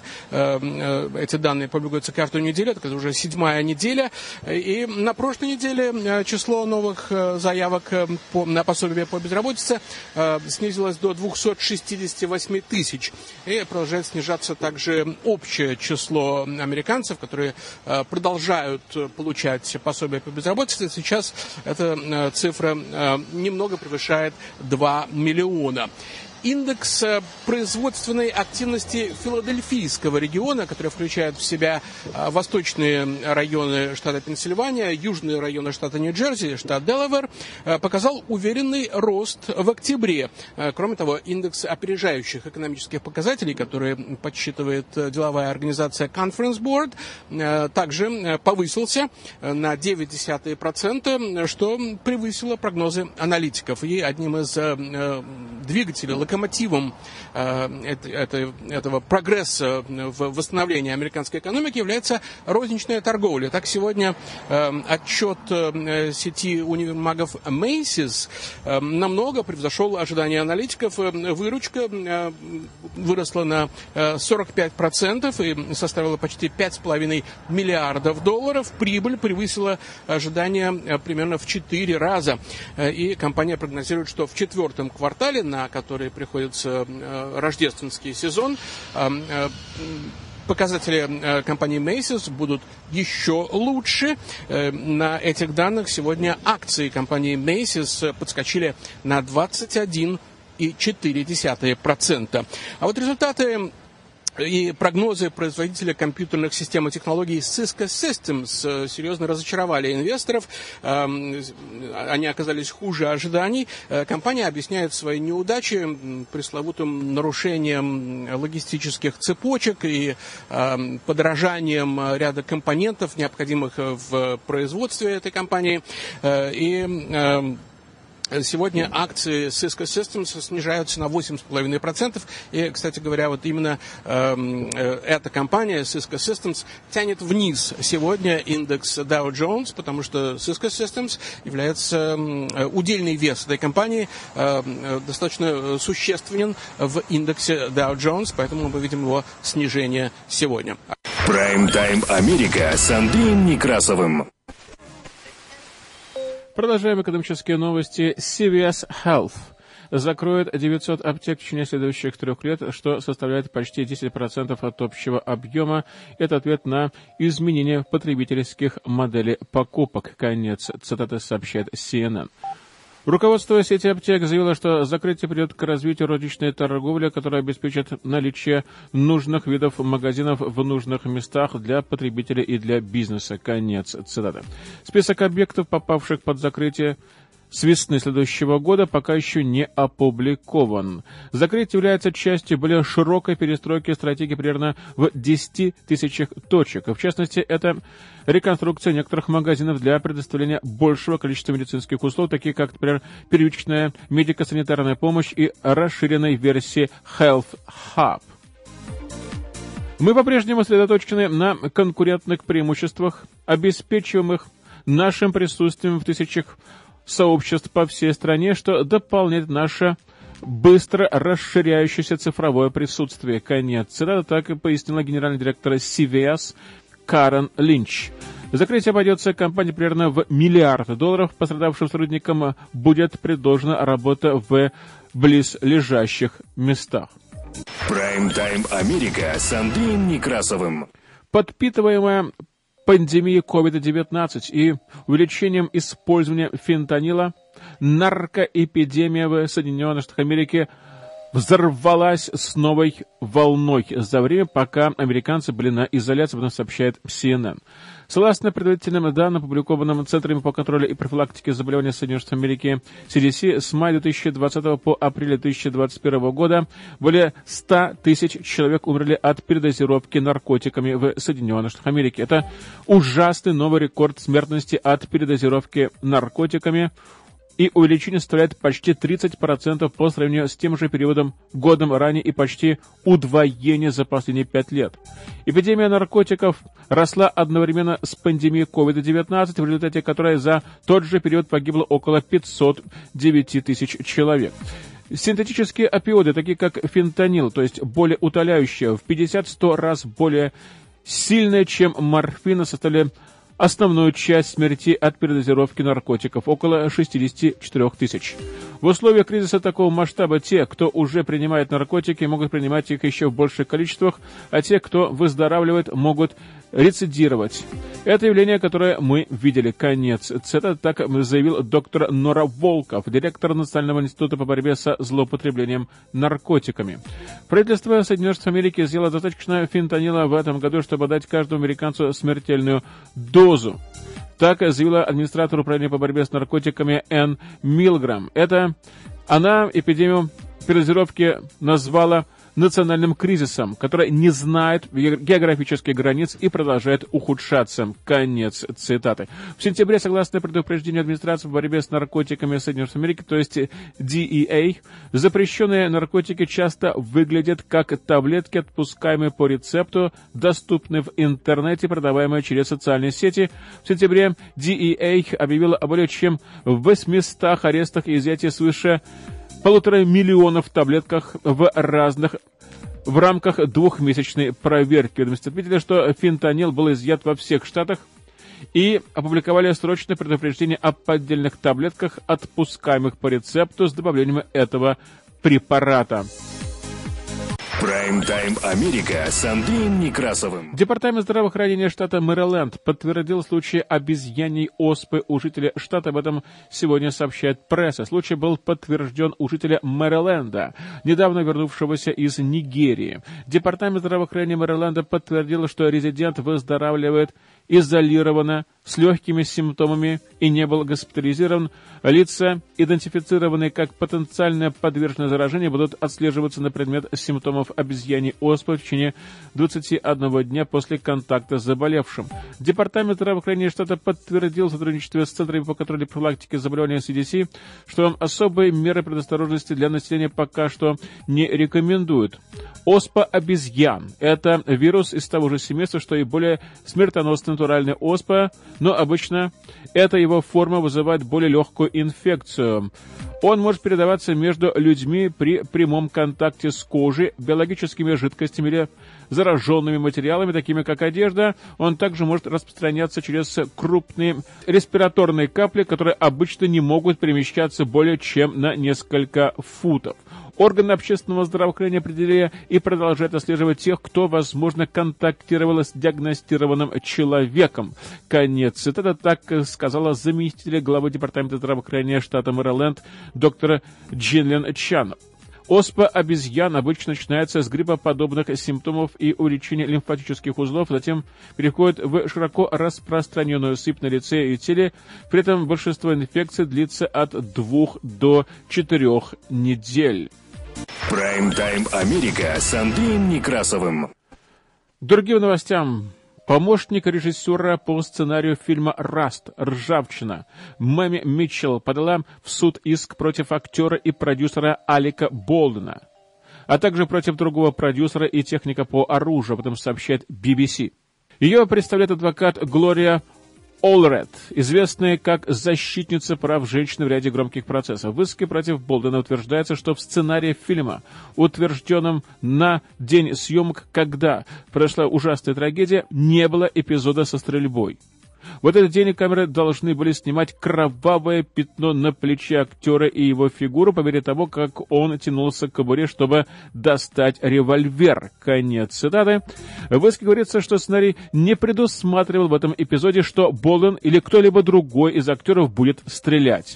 Эти данные публикуются каждую неделю. Это уже седьмая неделя. И на прошлой неделе число новых заявок на пособие по безработице снизилось до двухсот шестидесяти восьми тысяч. И продолжает снижаться также общее число американцев, которые э, продолжают получать пособие по безработице. Сейчас эта э, цифра э, немного превышает два миллиона. Индекс производственной активности Филадельфийского региона, который включает в себя восточные районы штата Пенсильвания, южные районы штата Нью-Джерси, штат Делавэр, показал уверенный рост в октябре. Кроме того, индекс опережающих экономических показателей, который подсчитывает деловая организация Conference Board, также повысился на девять десятых процента, что превысило прогнозы аналитиков. И одним из двигателей, локомотивом э, это, этого прогресса в восстановлении американской экономики является розничная торговля. Так, сегодня э, отчет э, сети универмагов Macy's э, намного превзошел ожидания аналитиков. Выручка э, выросла на э, сорок пять процентов и составила почти пять с половиной миллиардов долларов. Прибыль превысила ожидания э, примерно в четыре раза. Э, и компания прогнозирует, что в четвертом квартале, на который приходится э, рождественский сезон, э, э, показатели э, компании Macy's будут еще лучше. Э, на этих данных сегодня акции компании Macy's подскочили на двадцать один целых четыре десятых процента. А вот результаты и прогнозы производителя компьютерных систем и технологий Cisco Systems серьезно разочаровали инвесторов. Они оказались хуже ожиданий. Компания объясняет свои неудачи пресловутым нарушением логистических цепочек и подорожанием ряда компонентов, необходимых в производстве этой компании. И Сегодня акции Cisco Systems снижаются на восемь целых пять десятых процента. И, кстати говоря, вот именно э, э, эта компания, Cisco Systems, тянет вниз сегодня индекс Dow Jones, потому что Cisco Systems является э, удельный вес этой компании э, э, достаточно существенен в индексе Dow Jones, поэтому мы видим его снижение сегодня. Прайм-тайм Америка с Андреем Некрасовым. Продолжаем экономические новости. си ви эс Health закроет девятьсот аптек в течение следующих трех лет, что составляет почти десять процентов от общего объема. Это ответ на изменение потребительских моделей покупок. Конец цитаты, сообщает си эн эн. Руководство сети аптек заявило, что закрытие приведет к развитию розничной торговли, которая обеспечит наличие нужных видов магазинов в нужных местах для потребителей и для бизнеса. Конец цитаты. Список объектов, попавших под закрытие с весны следующего года, пока еще не опубликован. Закрытие является частью более широкой перестройки стратегии примерно в десяти тысячах точек. В частности, это реконструкция некоторых магазинов для предоставления большего количества медицинских услуг, такие как, например, первичная медико-санитарная помощь и расширенной версии Health Hub. Мы по-прежнему сосредоточены на конкурентных преимуществах, обеспечиваемых нашим присутствием в тысячах сообществ по всей стране, что дополняет наше быстро расширяющееся цифровое присутствие. Конец цитаты, так и пояснила генеральный директор си ви эс Карен Линч. Закрытие обойдется компании примерно в миллиард долларов. Пострадавшим сотрудникам будет предложена работа в близлежащих местах. Прайм-тайм Америка с Андреем Некрасовым. Подпитываемая пандемией ковид девятнадцать и увеличением использования фентанила, наркоэпидемия в Соединенных Штатах Америки взорвалась с новой волной за время, пока американцы были на изоляции, об этом сообщает си эн эн. Согласно предварительным данным, опубликованным Центрами по контролю и профилактике заболеваний Соединенных Штатов Америки, си ди си, с мая две тысячи двадцатого по апрель две тысячи двадцать первого года более ста тысяч человек умерли от передозировки наркотиками в Соединенных Штатах Америки. Это ужасный новый рекорд смертности от передозировки наркотиками, и увеличение составляет почти тридцать процентов по сравнению с тем же периодом годом ранее и почти удвоение за последние пять лет. Эпидемия наркотиков росла одновременно с пандемией ковид девятнадцать, в результате которой за тот же период погибло около пятьсот девять тысяч человек. Синтетические опиоиды, такие как фентанил, то есть более утоляющие, в пятьдесят-сто раз более сильные, чем морфин, составили основную часть смертей от передозировки наркотиков, около шестьдесят четыре тысячи. В условиях кризиса такого масштаба те, кто уже принимает наркотики, могут принимать их еще в больших количествах, а те, кто выздоравливает, могут рецидировать. Это явление, которое мы видели. Конец цитаты, так заявил доктор Нора Волков, директор Национального института по борьбе со злоупотреблением наркотиками. Правительство Соединенных Штатов Америки сделало достаточно фентанила в этом году, чтобы дать каждому американцу смертельную дозу. Так заявила администратор управления по борьбе с наркотиками Энн Милграм. Это она эпидемию передозировки назвала национальным кризисом, который не знает географических границ и продолжает ухудшаться. Конец цитаты. В сентябре, согласно предупреждению администрации по борьбе с наркотиками Соединенных Штатов Америки, то есть ди и эй, запрещенные наркотики часто выглядят как таблетки, отпускаемые по рецепту, доступные в интернете, продаваемые через социальные сети. В сентябре ди и эй объявила о более чем восьмистах арестах и изъятии свыше полутора миллионов таблетках в разных в рамках двухмесячной проверки. Отметили, что фентанил был изъят во всех штатах и опубликовали срочное предупреждение о поддельных таблетках, отпускаемых по рецепту с добавлением этого препарата. Прайм-тайм Америка с Андреем Некрасовым. Департамент здравоохранения штата Мэриленд подтвердил случай обезьяньей оспы у жителя штата. Об этом сегодня сообщает пресса. Случай был подтвержден у жителя Мэриленда, недавно вернувшегося из Нигерии. Департамент здравоохранения Мэриленда подтвердил, что резидент выздоравливает изолировано, с легкими симптомами и не был госпитализирован, лица, идентифицированные как потенциально подверженные заражению, будут отслеживаться на предмет симптомов обезьяньей оспы в течение двадцати одного дня после контакта с заболевшим. Департамент здравоохранения штата подтвердил в сотрудничестве с Центрами по контролю и профилактике заболеваний си ди си, что особые меры предосторожности для населения пока что не рекомендуют. Оспа обезьян – это вирус из того же семейства, что и более смертоносная натуральная оспа, но обычно эта его форма вызывает более легкую инфекцию. Он может передаваться между людьми при прямом контакте с кожей, биологическими жидкостями или зараженными материалами, такими как одежда. Он также может распространяться через крупные респираторные капли, которые обычно не могут перемещаться более чем на несколько футов. Органы общественного здравоохранения определили и продолжают отслеживать тех, кто, возможно, контактировал с диагностированным человеком. Конец цитаты, так сказала заместитель главы Департамента здравоохранения штата Мэриленд доктор Джинлин Чан. Оспа обезьян обычно начинается с гриппоподобных симптомов и увеличения лимфатических узлов, затем переходит в широко распространенную сыпь на лице и теле. При этом большинство инфекций длится от двух до четырех недель. Прайм-тайм Америка с Андреем Некрасовым. К другим новостям. Помощник режиссера по сценарию фильма «Раст. Ржавчина» Мэми Митчелл подала в суд иск против актера и продюсера Алека Болдена, а также против другого продюсера и техника по оружию, об этом сообщает би би си. Ее представляет адвокат Глория Олред, известная как защитница прав женщин в ряде громких процессов. В иске против Болдена утверждается, что в сценарии фильма, утвержденном на день съемок, когда произошла ужасная трагедия, не было эпизода со стрельбой. В этот день камеры должны были снимать кровавое пятно на плече актера и его фигуру по мере того, как он тянулся к кобуре, чтобы достать револьвер. Конец цитаты. В иске говорится, что сценарий не предусматривал в этом эпизоде, что Болден или кто-либо другой из актеров будет стрелять.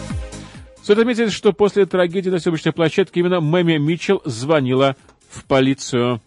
Стоит отметить, что после трагедии на съемочной площадке именно Мэми Митчелл звонила в полицию.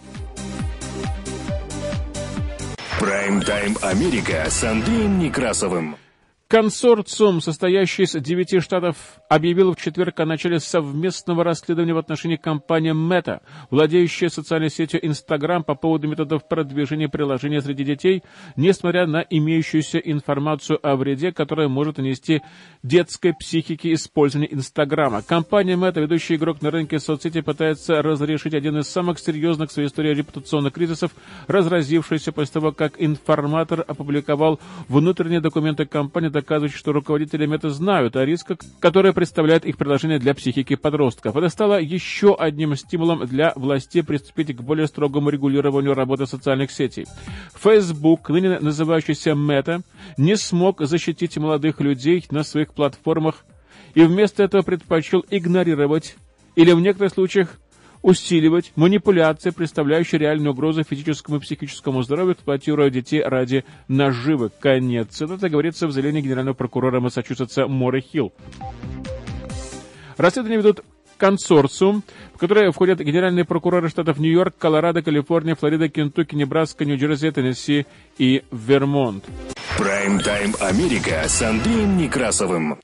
Прайм-тайм Америка с Андреем Некрасовым. Консорциум, состоящий из девяти штатов, объявил в четверг о начале совместного расследования в отношении компании Meta, владеющей социальной сетью Instagram, по поводу методов продвижения приложения среди детей, несмотря на имеющуюся информацию о вреде, которая может нанести детской психике использование Инстаграма. Компания Meta, ведущий игрок на рынке соцсети, пытается разрешить один из самых серьезных в своей истории репутационных кризисов, разразившийся после того, как информатор опубликовал внутренние документы компании, доказывающие, что руководители Meta знают о рисках, которые представляет их приложение для психики подростков. Это стало еще одним стимулом для властей приступить к более строгому регулированию работы социальных сетей. Facebook, ныне называющийся Meta, не смог защитить молодых людей на своих платформах и вместо этого предпочел игнорировать или в некоторых случаях усиливать манипуляции, представляющие реальную угрозу физическому и психическому здоровью, эксплуатируя детей ради наживы. Конец цитаты, говорится в заявлении генерального прокурора Массачусетса Мори Хилл. Расследование ведут консорциум, в который входят генеральные прокуроры штатов Нью-Йорк, Колорадо, Калифорния, Флорида, Кентукки, Небраска, Нью-Джерси, Теннесси и Вермонт. Прайм-тайм Америка с Андреем Некрасовым.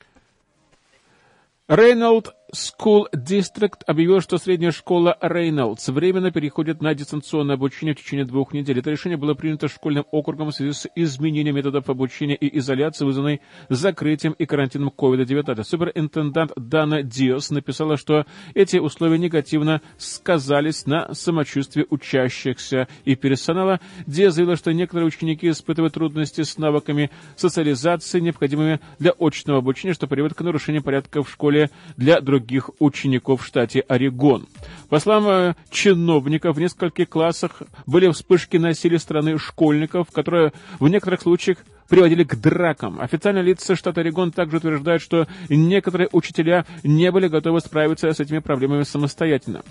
Рейнольд School District объявил, что средняя школа Рейнольдс временно переходит на дистанционное обучение в течение двух недель. Это решение было принято школьным округом в связи с изменением методов обучения и изоляции, вызванной закрытием и карантином ковид девятнадцать. Суперинтендант Дана Диос написала, что эти условия негативно сказались на самочувствии учащихся и персонала. Диос заявила, что некоторые ученики испытывают трудности с навыками социализации, необходимыми для очного обучения, что приводит к нарушению порядка в школе для других других учеников в штате Орегон. По словам чиновников, в нескольких классах были вспышки насилия со стороны школьников, которые в некоторых случаях приводили к дракам. Официальные лица штата Орегон также утверждают, что некоторые учителя не были готовы справиться с этими проблемами самостоятельно.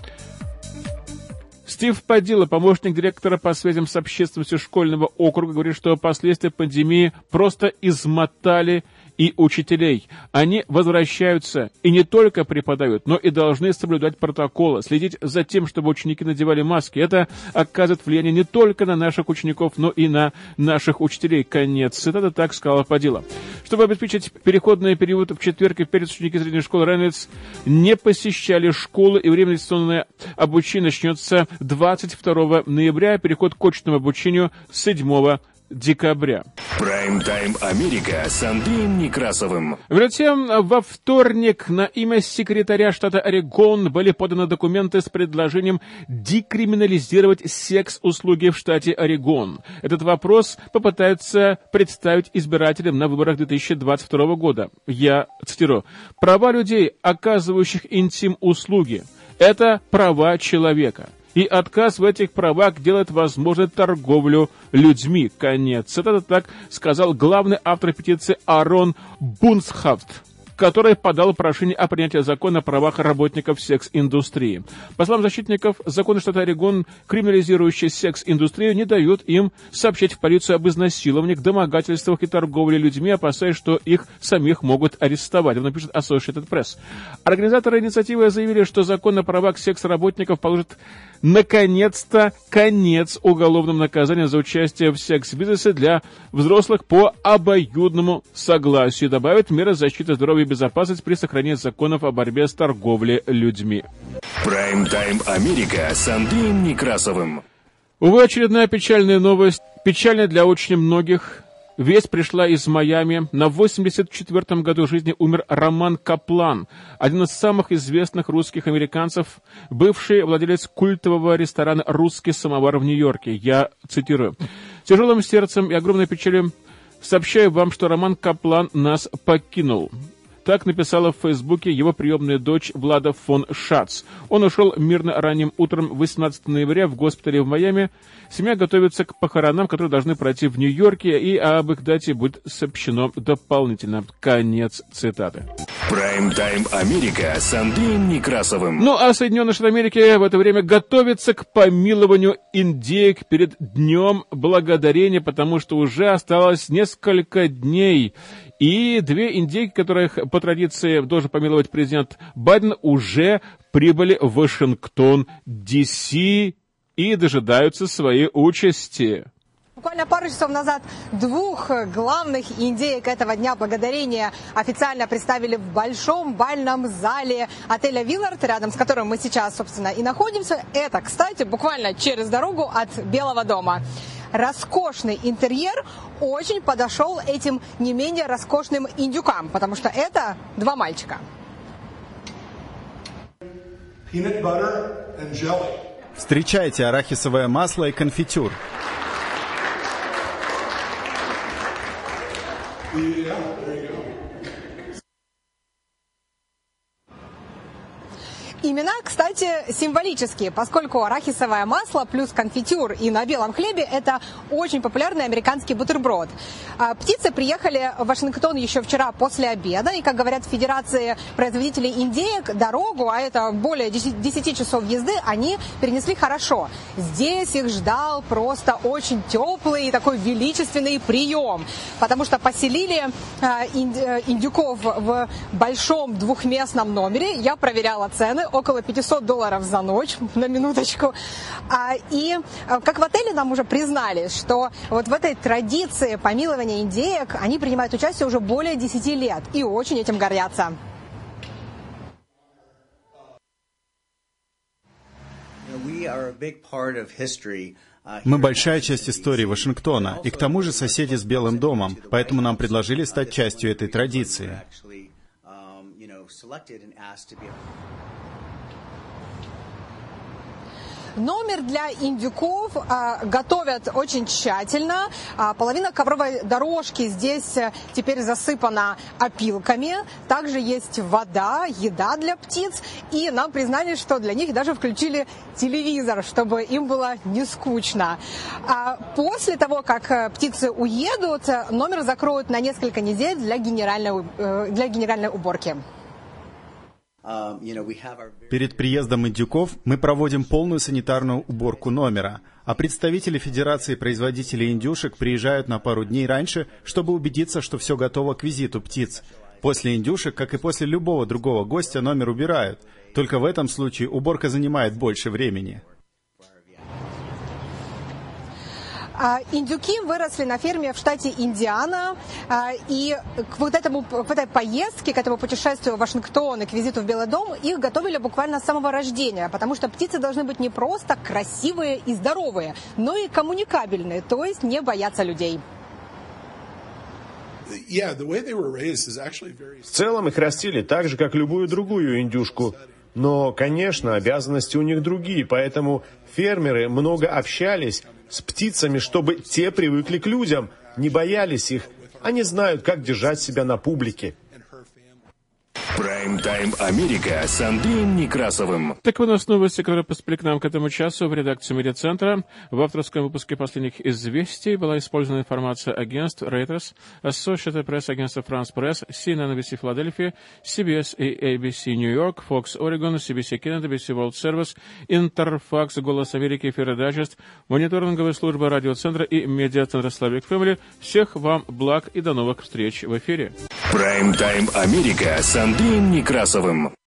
Стив Падилла, помощник директора по связям с общественностью школьного округа, говорит, что последствия пандемии просто измотали и учителей. Они возвращаются и не только преподают, но и должны соблюдать протоколы, следить за тем, чтобы ученики надевали маски. Это оказывает влияние не только на наших учеников, но и на наших учителей. Конец цитаты, так сказала Падила. Чтобы обеспечить переходный период, в четверг и в пятницу ученики средней школы Рейнольдс не посещали школы, и время дистанционное обучение начнется двадцать второго ноября, переход к очному обучению седьмого декабря. Прайм-тайм Америка с Андреем Некрасовым. Затем во вторник на имя секретаря штата Орегон были поданы документы с предложением декриминализировать секс-услуги в штате Орегон. Этот вопрос попытаются представить избирателям на выборах две тысячи двадцать второго года. Я цитирую: «Права людей, оказывающих интим-услуги, это права человека. И отказ в этих правах делает возможной торговлю людьми». Конец цитаты, так сказал главный автор петиции Аарон Бунсхафт, который подал прошение о принятии закона о правах работников секс-индустрии. По словам защитников, законы штата Орегон, криминализирующие секс-индустрию, не дают им сообщать в полицию об изнасилованиях, домогательствах и торговле людьми, опасаясь, что их самих могут арестовать. Он напишет Associated Press. Организаторы инициативы заявили, что закон о правах секс-работников положит наконец-то конец уголовным наказаниям за участие в секс-бизнесе для взрослых по обоюдному согласию. Добавит меры защиты здоровья и безопасности при сохранении законов о борьбе с торговлей людьми. Прайм-тайм Америка с Андреем Некрасовым. Увы, очередная печальная новость. Печальная для очень многих. Весть пришла из Майами. На восемьдесят четвёртом году жизни умер Роман Каплан, один из самых известных русских американцев, бывший владелец культового ресторана «Русский самовар» в Нью-Йорке. Я цитирую: «Тяжелым сердцем и огромной печалью сообщаю вам, что Роман Каплан нас покинул». Так написала в Фейсбуке его приемная дочь Влада фон Шац. Он ушел мирно ранним утром восемнадцатого ноября в госпитале в Майами. Семья готовится к похоронам, которые должны пройти в Нью-Йорке, и об их дате будет сообщено дополнительно. Конец цитаты. Прайм-тайм Америка с Андреем Некрасовым. Ну а Соединенные Штаты Америки в это время готовятся к помилованию индеек перед Днем Благодарения, потому что уже осталось несколько дней. И две индейки, которых по традиции должен помиловать президент Байден, уже прибыли в Вашингтон, Ди Си и дожидаются своей участи. Буквально пару часов назад двух главных индеек этого Дня Благодарения официально представили в большом бальном зале отеля «Виллард», рядом с которым мы сейчас, собственно, и находимся. Это, кстати, буквально через дорогу от Белого дома. Роскошный интерьер очень подошел этим не менее роскошным индюкам, потому что это два мальчика. Встречайте арахисовое масло и конфитюр. Имена, кстати, символические, поскольку арахисовое масло плюс конфитюр и на белом хлебе – это очень популярный американский бутерброд. Птицы приехали в Вашингтон еще вчера после обеда, и, как говорят в Федерации производителей индеек, дорогу, а это более десяти часов езды, они перенесли хорошо. Здесь их ждал просто очень теплый и такой величественный прием, потому что поселили индюков в большом двухместном номере. Я проверяла цены. Около пятьсот долларов за ночь, на минуточку. И как в отеле нам уже признались, что вот в этой традиции помилования индеек они принимают участие уже более десяти лет и очень этим гордятся. Мы большая часть истории Вашингтона, и к тому же соседи с Белым домом, поэтому нам предложили стать частью этой традиции. Номер для индюков а, готовят очень тщательно. А, половина ковровой дорожки здесь теперь засыпана опилками. Также есть вода, еда для птиц. И нам признали, что для них даже включили телевизор, чтобы им было не скучно. А после того, как птицы уедут, номер закроют на несколько недель для генеральной, для генеральной уборки. Перед приездом индюков мы проводим полную санитарную уборку номера, а представители Федерации производителей индюшек приезжают на пару дней раньше, чтобы убедиться, что все готово к визиту птиц. После индюшек, как и после любого другого гостя, номер убирают. Только в этом случае уборка занимает больше времени. Индюки выросли на ферме в штате Индиана, и к вот этому, к этой поездке, к этому путешествию в Вашингтон и к визиту в Белый дом их готовили буквально с самого рождения, потому что птицы должны быть не просто красивые и здоровые, но и коммуникабельные, то есть не боятся людей. В целом их растили так же, как любую другую индюшку. Но, конечно, обязанности у них другие, поэтому фермеры много общались с птицами, чтобы те привыкли к людям, не боялись их. Они знают, как держать себя на публике. Прайм-тайм Америка с Андреем Некрасовым. Так у нас новости, которые поступили к нам к этому часу в редакцию Медиацентра. В авторском выпуске последних известий была использована информация агентств Reuters, Associated Press, агентства France Press, си эн эн би си Филадельфия, си би эс и эй би си Нью-Йорк, Fox Oregon, си би си Canada, би би си World Service, Интерфакс, Голос Америки, Эфир Дайджест, мониторинговая служба радиоцентра и медиацентра Slavic Family. Всех вам благ и до новых встреч в эфире. Прайм-тайм Америка с Андреем Некрасовым.